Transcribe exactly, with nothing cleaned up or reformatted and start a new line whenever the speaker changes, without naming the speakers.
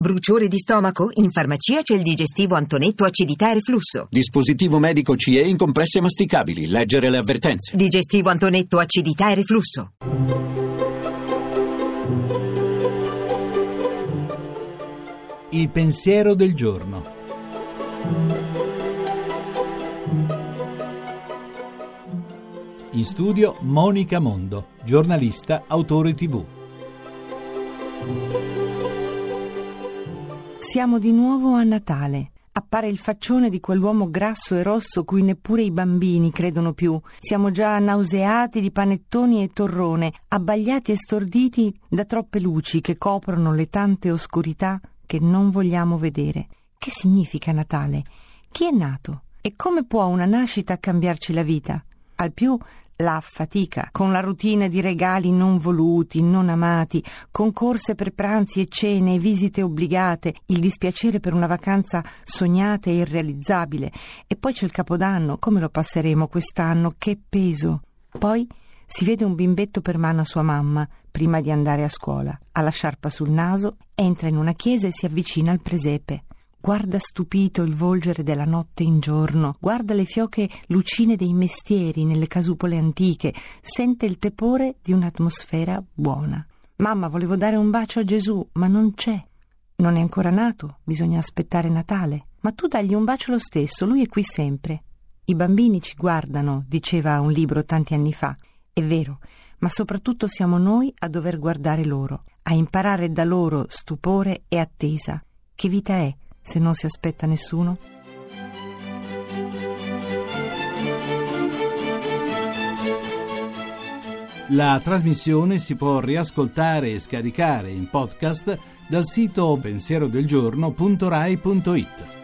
Bruciore di stomaco? In farmacia c'è il digestivo Antonetto acidità e reflusso.
Dispositivo medico C E in compresse masticabili. Leggere le avvertenze.
Digestivo Antonetto acidità e reflusso.
Il pensiero del giorno. In studio Monica Mondo, giornalista, autore tivù.
Siamo di nuovo a Natale. Appare il faccione di quell'uomo grasso e rosso cui neppure i bambini credono più. Siamo già nauseati di panettoni e torrone, abbagliati e storditi da troppe luci che coprono le tante oscurità che non vogliamo vedere. Che significa Natale? Chi è nato? E come può una nascita cambiarci la vita? Al più la affatica, con la routine di regali non voluti, non amati, concorse per pranzi e cene e visite obbligate, il dispiacere per una vacanza sognata e irrealizzabile. E poi c'è il Capodanno, come lo passeremo quest'anno? Che peso! Poi si vede un bimbetto per mano a sua mamma, prima di andare a scuola, ha la sciarpa sul naso, entra in una chiesa e si avvicina al presepe. Guarda stupito il volgere della notte in giorno, guarda le fioche lucine dei mestieri nelle casupole antiche, sente il tepore di un'atmosfera buona. Mamma, volevo dare un bacio a Gesù, ma non c'è. Non è ancora nato, bisogna aspettare Natale. Ma tu dagli un bacio lo stesso, lui è qui sempre. I bambini ci guardano, diceva un libro tanti anni fa. È vero, ma soprattutto siamo noi a dover guardare loro, a imparare da loro stupore e attesa. Che vita è se non si aspetta nessuno?
La trasmissione si può riascoltare e scaricare in podcast dal sito pensierodelgiorno punto rai punto it.